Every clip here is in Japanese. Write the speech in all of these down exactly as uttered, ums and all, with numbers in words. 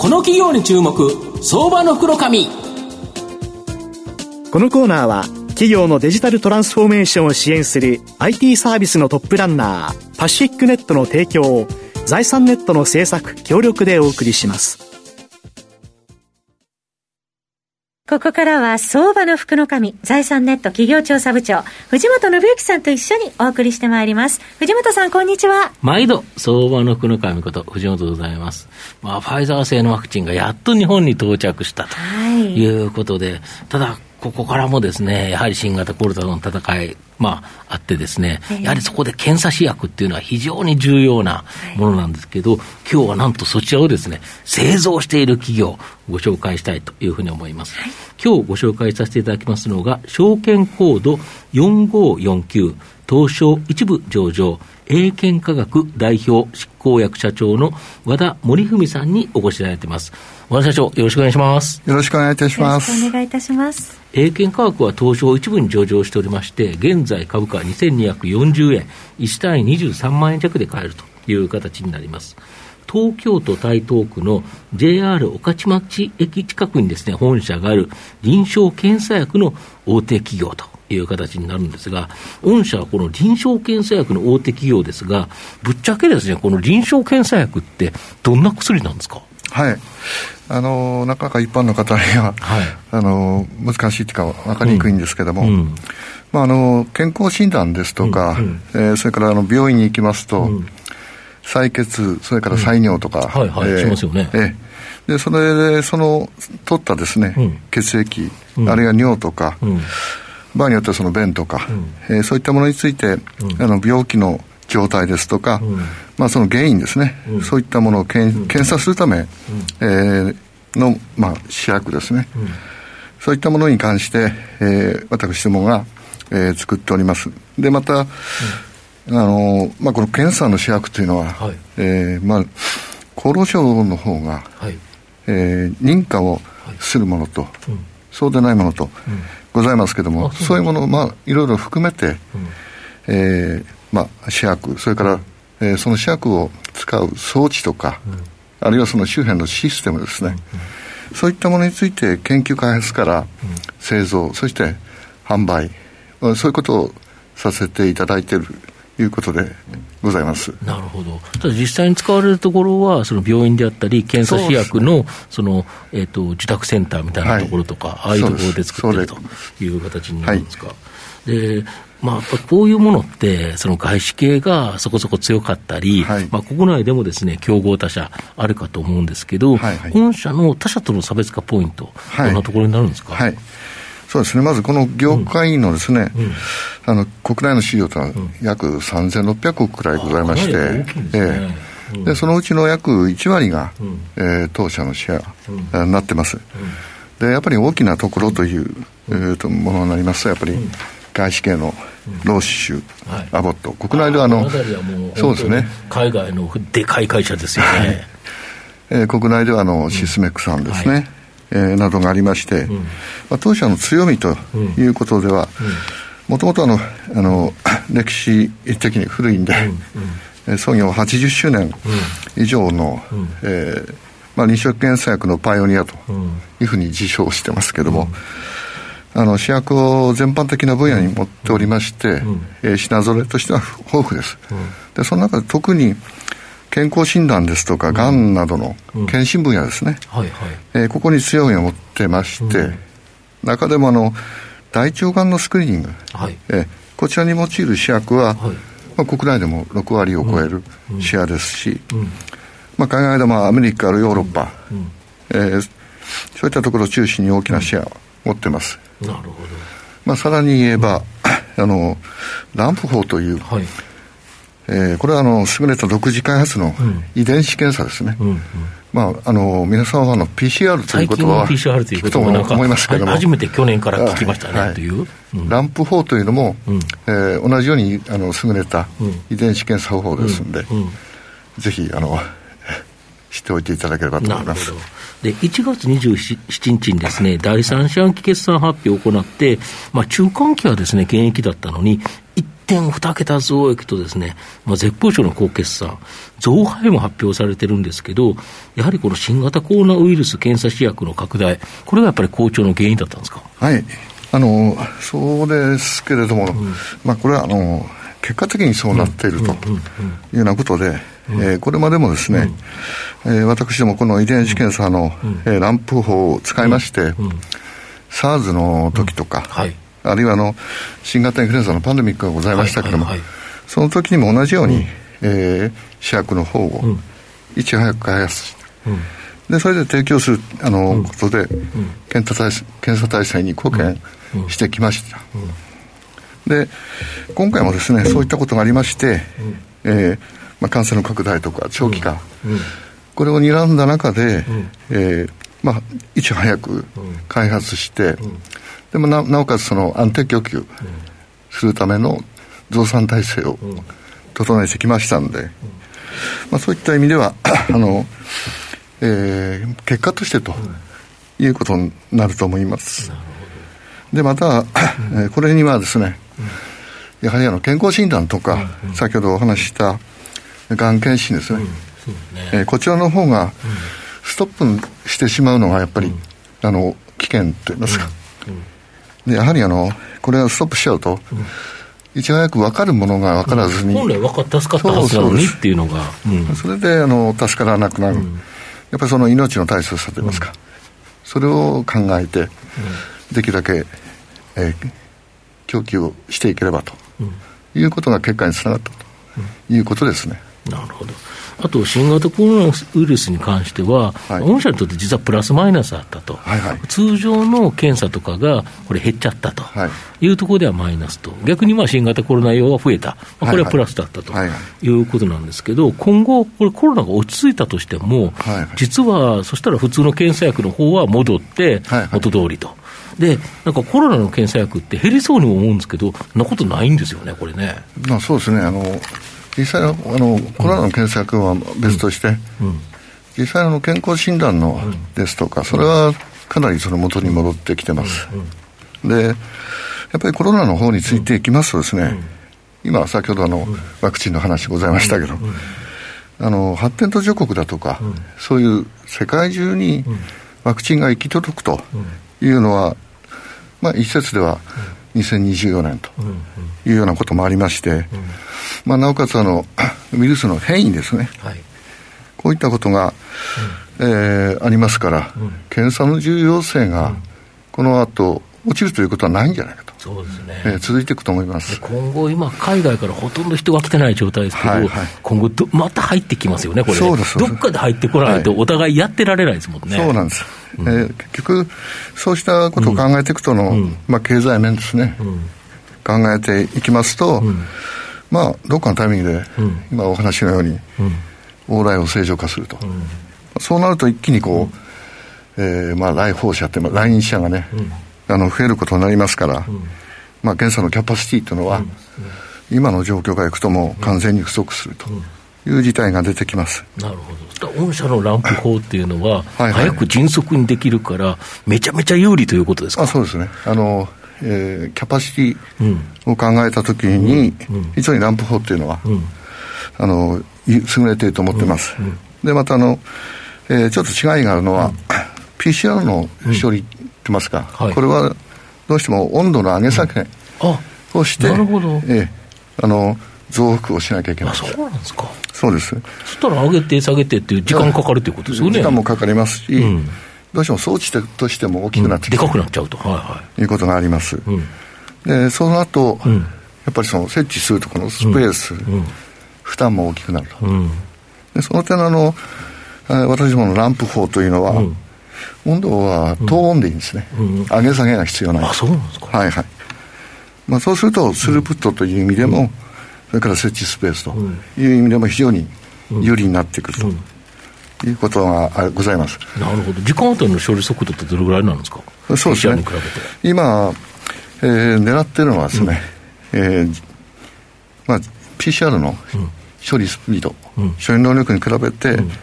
この企業に注目、相場の袋紙。 このコーナーは企業のデジタルトランスフォーメーションを支援する アイティー サービスのトップランナーパシフィックネットの提供を財産ネットの制作協力でお送りします。 ここからは相場の福の神、財産ネット企業調査部長藤本信之さんと一緒にお送りしてまいります。藤本さん、こんにちは。 毎度相場の福の神こと藤本でございます。まあ、ファイザー製のワクチンがやっと日本に到着したということで、はい、ただここからもですね、やはり新型コロナの戦い、まあ、あってですね、やはりそこで検査試薬っていうのは非常に重要なものなんですけど、今日はなんとそちらをですね、製造している企業をご紹介したいというふうに思います。はい、今日ご紹介させていただきますのが、証券コードよんごよんきゅう、東証一部上場、英検科学代表執行役社長の和田森文さんにお越しいただいています。和田社長、よろしくお願いします。 よろしくお願いいたします。 よろしくお願いいたします。 英検科学は東証一部に上場しておりまして、現在株価にせんにひゃくよんじゅうえん、いち単位にじゅうさんまんえん弱で買えるという形になります。東京都台東区の ジェイアール 御徒町駅近くにですね、本社がある臨床検査薬の大手企業という形になるんですが、御社はこの臨床検査薬の大手企業ですが、ぶっちゃけですね、この臨床検査薬ってどんな薬なんですか？ はい、あのなかなか一般の方には、はい、あの難しいというか分かりにくいんですけども、うんうんまあ、あの健康診断ですとか、うんうんえー、それからあの病院に行きますと、うん、採血、それから採尿とか、 うんはいはいえー、しますよね。 えー、でそれでその取ったですね、うん、血液、うん、あるいは尿とか、うん場合によってはその便とか、うんえー、そういったものについて、うん、あの病気の状態ですとか、うんまあ、その原因ですね、うん、そういったものをけん、うん、検査するため、うんえー、の、まあ、試薬ですね、うん、そういったものに関して、えー、私どもが、えー、作っております。でまた、うんあのまあ、この検査の試薬というのは、はいえーまあ、厚労省の方が、はいえー、認可をするものと、はいうん、そうでないものと、うんございますけども、そういうものを、まあ、いろいろ含めて、うんえーまあ、試薬それから、えー、その試薬を使う装置とか、うん、あるいはその周辺のシステムですね、うんうん、そういったものについて研究開発から、うん、製造そして販売そういうことをさせていただいているということでございます。 なるほど。ただ実際に使われるところはその病院であったり検査試薬のその、えー、と自宅センターみたいなところとか、はい、ああいうところで作っているという形になるんですか。はい、でまあ、やっぱこういうものってその外資系がそこそこ強かったり、はいまあ、国内でもですね競合他社あるかと思うんですけど、はいはい、本社の他社との差別化ポイント、はい、どんなところになるんですか。 はいそうですね、まずこの業界のですね、うんうん、あの国内の市場というのは約さんぜんろっぴゃくおくくらいございまして、うんええうん、でそのうちの約いちわりが、うんえー、当社のシェア、うん、になってます、うん、でやっぱり大きなところという、うんえー、とものになりますとやっぱり、うん外資系のローシュ、うんはい、アボット国内ではあのそうですね海外のでかい会社ですよね、はいえー、国内ではあのシスメックさんですね、はいえー、などがありまして、うんまあ、当社の強みということではもともと歴史的に古いんで、うんうん、創業はちじゅっしゅうねん以上の、うんえーまあ、臨床検査薬のパイオニアというふうに自称してますけども、うん、あの試薬を全般的な分野に持っておりまして、うんえー、品揃えとしては豊富です、うん、でその中で特に健康診断ですとかがんなどの検診分野ですね、うんはいはいえー、ここに強みを持ってまして、うん、中でもあの大腸がんのスクリーニング、はいえー、こちらに用いる試薬は、はいまあ、国内でもろくわりを超えるシェアですし、うんうんまあ、海外でもアメリカあるいはヨーロッパ、うんえー、そういったところを中心に大きなシェアを持ってます、 うん、なるほど、 まあ、さらに言えば、うん、あのランプ法という、はいえー、これはあの優れた独自開発の遺伝子検査ですね、うんうんまあ、あの皆さんはあの ピーシーアール ということは最近の ピーシーアール ということもなんか思いますけども初めて去年から聞きましたね、はい、という、うん、 ランプ法というのも、うんえー、同じようにあの優れた遺伝子検査方法ですので、うんうん、ぜひあの知っておいていただければと思います。 なるほど。でいちがつにじゅうしちにちにですね、だいさん四半期決算発表を行って、まあ、中間期はですね減益だったのに いってんにけた増益とですね、まあ、絶好調の好決算増配も発表されてるんですけど、やはりこの新型コロナウイルス検査試薬の拡大、これがやっぱり好調の原因だったんですか。 はい、あのそうですけれども、うん、まあ、これはあの結果的にそうなっているというようなことで、うん、えー、これまでもですね、うん、えー、私どもこの遺伝子検査の、うん、えー、ランプ法を使いまして、うんうん、SARS の時とか、うん、はい、あるいはあの新型インフルエンザのパンデミックがございましたけれども、はいはいはい、その時にも同じように、うん、えー、試薬の方をいち早く開発して、うん、でそれで提供するあの、うん、ことで、うん、検査体制、検査体制に貢献してきました、うんうん、で今回もですね、そういったことがありまして、うん、えーまあ、感染の拡大とか長期化、うんうん、これを睨んだ中で、うん、えーまあ、いち早く開発して、うん、でも な, なおかつその安定供給するための増産体制を整えてきましたので、うん、まあ、そういった意味ではあの、えー、結果としてということになると思います。うん、でまた、うん、えー、これにはですね、うん、やはりあの健康診断とか、うんうん、先ほどお話ししたがん検診ですね、うん、そうね、えー、こちらの方がストップしてしまうのがやっぱり、うん、あの危険といいますか、うんうん、でやはりあのこれがストップしちゃうと、うん、いち早く分かるものが分からずに、うん、 本来分かって助かったはずなのにっていうのが、 うん、それであの助からなくなる、うん、やっぱりその命の大切さといいますか、うん、それを考えて、うん、できるだけ、えー、供給をしていければと、うん、いうことが結果につながったと、うん、いうことですね。 なるほど。あと新型コロナウイルスに関しては、はい、御社にとって実はプラスマイナスだったと、はいはい、通常の検査とかがこれ減っちゃったというところではマイナスと、逆にまあ新型コロナ用は増えた、まあ、これはプラスだったということなんですけど、今後これコロナが落ち着いたとしても、はいはい、実はそしたら普通の検査薬の方は戻って元通りと、はいはい、でなんかコロナの検査薬って減りそうにも思うんですけど、そんなことないんですよね、これね。 まあ、そうですね、あの実際のあのコロナの検査薬は別として、うんうん、実際の健康診断のですとか、それはかなりその元に戻ってきてます、うんうん、でやっぱりコロナの方についていきますとですね、うん、今先ほどあの、うん、ワクチンの話ございましたけど、うんうん、あの発展途上国だとか、うん、そういう世界中にワクチンが行き届くというのは、まあ、一説ではにせんにじゅうよねんというようなこともありまして、うんうん、まあ、なおかつあのウイルスの変異ですね、はい、こういったことが、うん、えー、ありますから、うん、検査の重要性がこの後落ちるということはないんじゃないかと。 そうですね、 えー、続いていくと思います。 今後今海外からほとんど人が来てない状態ですけど、はいはい、今後どまた入ってきますよね、これね。そうです、どっかで入ってこないとお互いやってられないですもんね、 はい、そうなんです、うん、えー、結局そうしたことを考えていくとの、うん、まあ、経済面ですね、うん、考えていきますと、うん、まあ、どっかのタイミングで、うん、今お話のように、うん、往来を正常化すると、うん、そうなると一気にこう、うん、えーまあ、来訪者って、まあ、来院者がね、うん、あの増えることになりますから、うん、まあ、検査のキャパシティというのは、うんうん、今の状況がいくともう完全に不足するという事態が出てきます、 うん、なるほど。御社のランプ法っていうのははい、早く迅速にできるからめちゃめちゃ有利ということですか。 あ、そうですね、あの、えー、キャパシティを考えたときに、うんうん、非常にランプ法っていうのは、うん、あの優れていると思ってます、うんうん、でまたあの、えー、ちょっと違いがあるのは、うん、ピーシーアール の処理ってますか、うん、はい、これはどうしても温度の上げ下げをして、うん、なるほど、えー、あの増幅をしなきゃいけない。 あ、そうなんですか。 そうです。 そしたら上げて下げてっていう時間かかるということですよね。 時間もかかりますし、うん、どうしても装置としても大きくなってきて、 うん、でかくなっちゃうと、はいはい、 いうことがあります、うん、でその後、うん、やっぱりその設置するとこのスペース、うんうん、負担も大きくなると、うん、でその点あの私どものランプ法というのは、うん、温度は高温でいいんですね、うん、上げ下げが必要ない。 あ、そうなんですか。 はいはい、まあ、そうするとスループットという意味でも、うん、それから設置スペースという意味でも非常に有利になってくると、うんうん、いうことがございます。 なるほど。時間あたりの処理速度ってどれぐらいなんですか。 そうですね、今、えー、狙っているのはですね、うん、えーまあ、ピーシーアール の処理スピード、うん、処理能力に比べて、うん、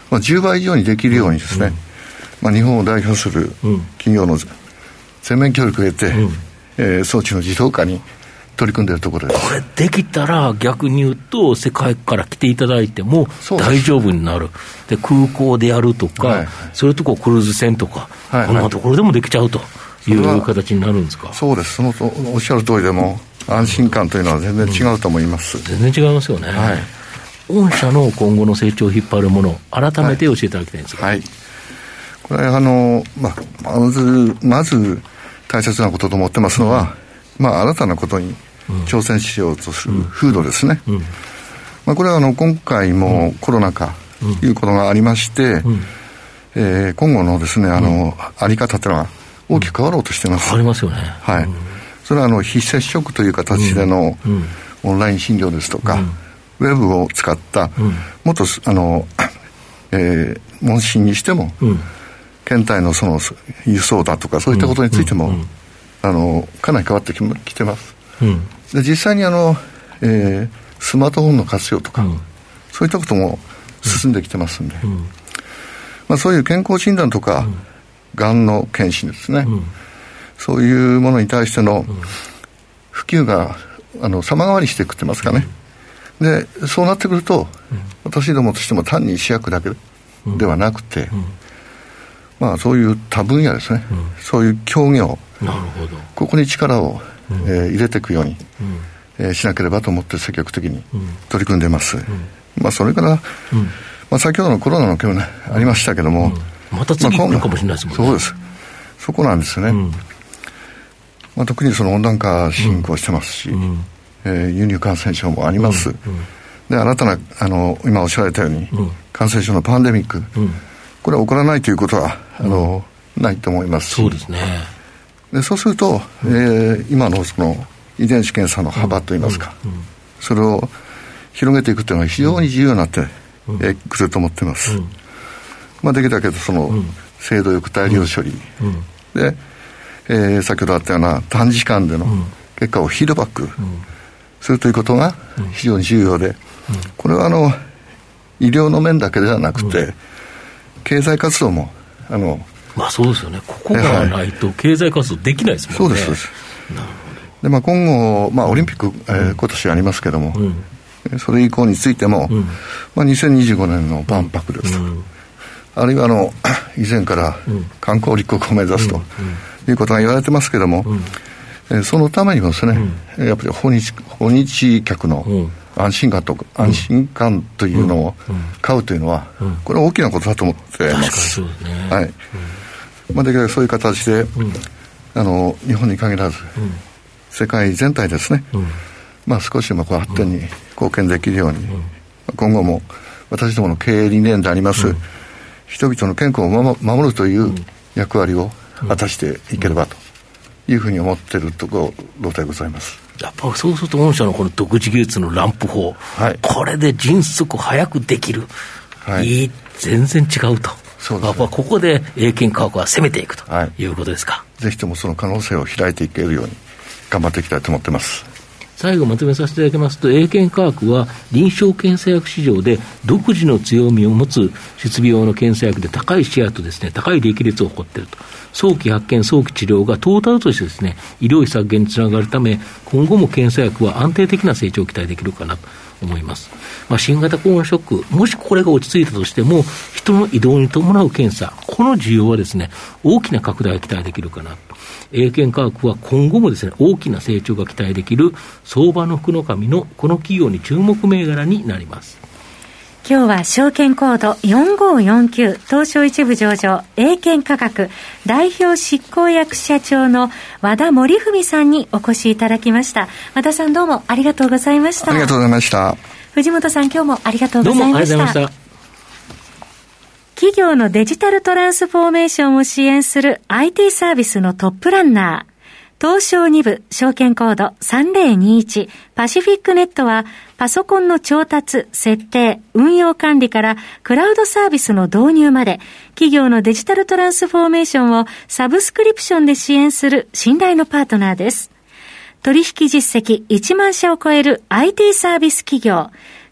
まあ、じゅうばい以上にできるようにですね、うんまあ、日本を代表する企業の全面協力を得て、うんえー、装置の自動化に取り組んでいるところです。 これできたら逆に言うと世界から来ていただいても大丈夫になる。で空港でやるとか、はいはい、そういうとこクルーズ船とか、はいはい、こんなところでもできちゃうという形になるんですか。 そうです。そのおっしゃる通りでも安心感というのは全然違うと思います、 うん、全然違いますよね、はい、御社の今後の成長を引っ張るものを改めて教えていただきたいんですが、 はいはい、これあの、まあ、まずまず大切なことと思ってますのは、うんまあ、新たなことに挑戦しようとする風土ですね、うんうんまあ、これはあの今回もコロナ禍ということがありまして、うんえー、今後のですねあの、うん、あり方というのは大きく変わろうとしています。 変わりますよね、 はいうん、それはあの非接触という形でのオンライン診療ですとか、うん、ウェブを使った、うん、もっとあの、えー、問診にしても、うん、検体のその輸送だとかそういったことについても、うんうん、あのかなり変わってき、きてます、うん、で実際にあの、えー、スマートフォンの活用とか、うん、そういったことも進んできてますんで、うんまあ、そういう健康診断とか、うん、がんの検診ですね、うん、そういうものに対しての普及があの様変わりしてくってますかね、うん、でそうなってくると、うん、私どもとしても単に試薬だけではなくて、うんまあ、そういう多分野ですね、うん、そういう協業なるほどここに力を、うんえー、入れていくように、うんえー、しなければと思って積極的に取り組んでいます、うんまあ、それから、うんまあ、先ほどのコロナの件も、ね、ありましたけども、 うん、また次来るかもしれないですもんね、 まあ、そうですそこなんですね、うんまあ、特にその温暖化進行してますし、うんえー、輸入感染症もあります、うんうん、で新たなあの今おっしゃられたように、うん、感染症のパンデミック、うん、これは起こらないということはあの、うん、ないと思いますしそうですねでそうすると、うんえー、今のその遺伝子検査の幅といいますか、うんうん、それを広げていくというのは非常に重要になってく、うんえー、ると思っています、うんまあ、できたけどその、うん、精度よく大量処理、うん、で、えー、先ほどあったような短時間での結果をフィードバックするということが非常に重要で、うん、これはあの医療の面だけではなくて、うん、経済活動もあのまあそうですよねここがないと経済活動できないですもんね、 はい、そうですそうですなるほどで、まあ、今後、まあ、オリンピック、えー、今年ありますけども、うん、それ以降についても、うんまあ、にせんにじゅうごねんの万博ですと、うん、あるいはあの以前から観光立国を目指すということが言われてますけども、うんえー、そのためにもですね、うん、やっぱり訪日、訪日客の安心感と、うん、安心感というのを買うというのは、うん、これは大きなことだと思っています。 確かにそうですね、 はいうんまあ、できるだけそういう形で、うん、あの日本に限らず、うん、世界全体ですね、うんまあ、少しでもこう発展に貢献できるように、うん、今後も私どもの経営理念であります、うん、人々の健康を守るという役割を果たしていければというふうに思っているところでございます。 やっぱそうすると御社のこの独自技術のランプ法、はい、これで迅速早くできる、はい、いい全然違うとそうですね、やっぱここで英検科学は攻めていくということですか、 はい、ぜひともその可能性を開いていけるように頑張っていきたいと思っています。 最後まとめさせていただきますと英検科学は臨床検査薬市場で独自の強みを持つ設備用の検査薬で高いシェアとですね高い利益率を誇っていると早期発見早期治療がトータルとしてですね医療費削減につながるため今後も検査薬は安定的な成長を期待できるかなと思います。まあ、新型コロナショックもしこれが落ち着いたとしても人の移動に伴う検査この需要はですね大きな拡大が期待できるかなと。英検科学は今後もですね大きな成長が期待できる相場の福の神のこの企業に注目銘柄になります。 今日は証券コードよんごよんきゅう東証一部上場英検科学代表執行役社長の和田森文さんにお越しいただきました。和田さんどうもありがとうございました。 ありがとうございました。 藤本さん今日もありがとうございました。 どうもありがとうございました。 企業のデジタルトランスフォーメーションを支援する アイティー サービスのトップランナー東証に部証券コードさんぜろにいちパシフィックネットはパソコンの調達、設定、運用管理からクラウドサービスの導入まで企業のデジタルトランスフォーメーションをサブスクリプションで支援する信頼のパートナーです。取引実績いちまん社を超える アイティー サービス企業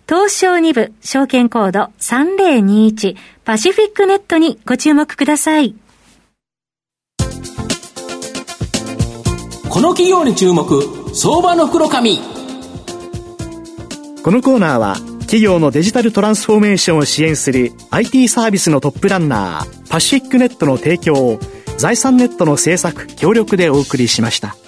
東証に部証券コードさんぜろにいちパシフィックネットにご注目ください。 この企業に注目、相場の袋紙。 このコーナーは企業のデジタルトランスフォーメーションを支援する アイティー サービスのトップランナーパシフィックネットの提供を財産ネットの制作協力でお送りしました。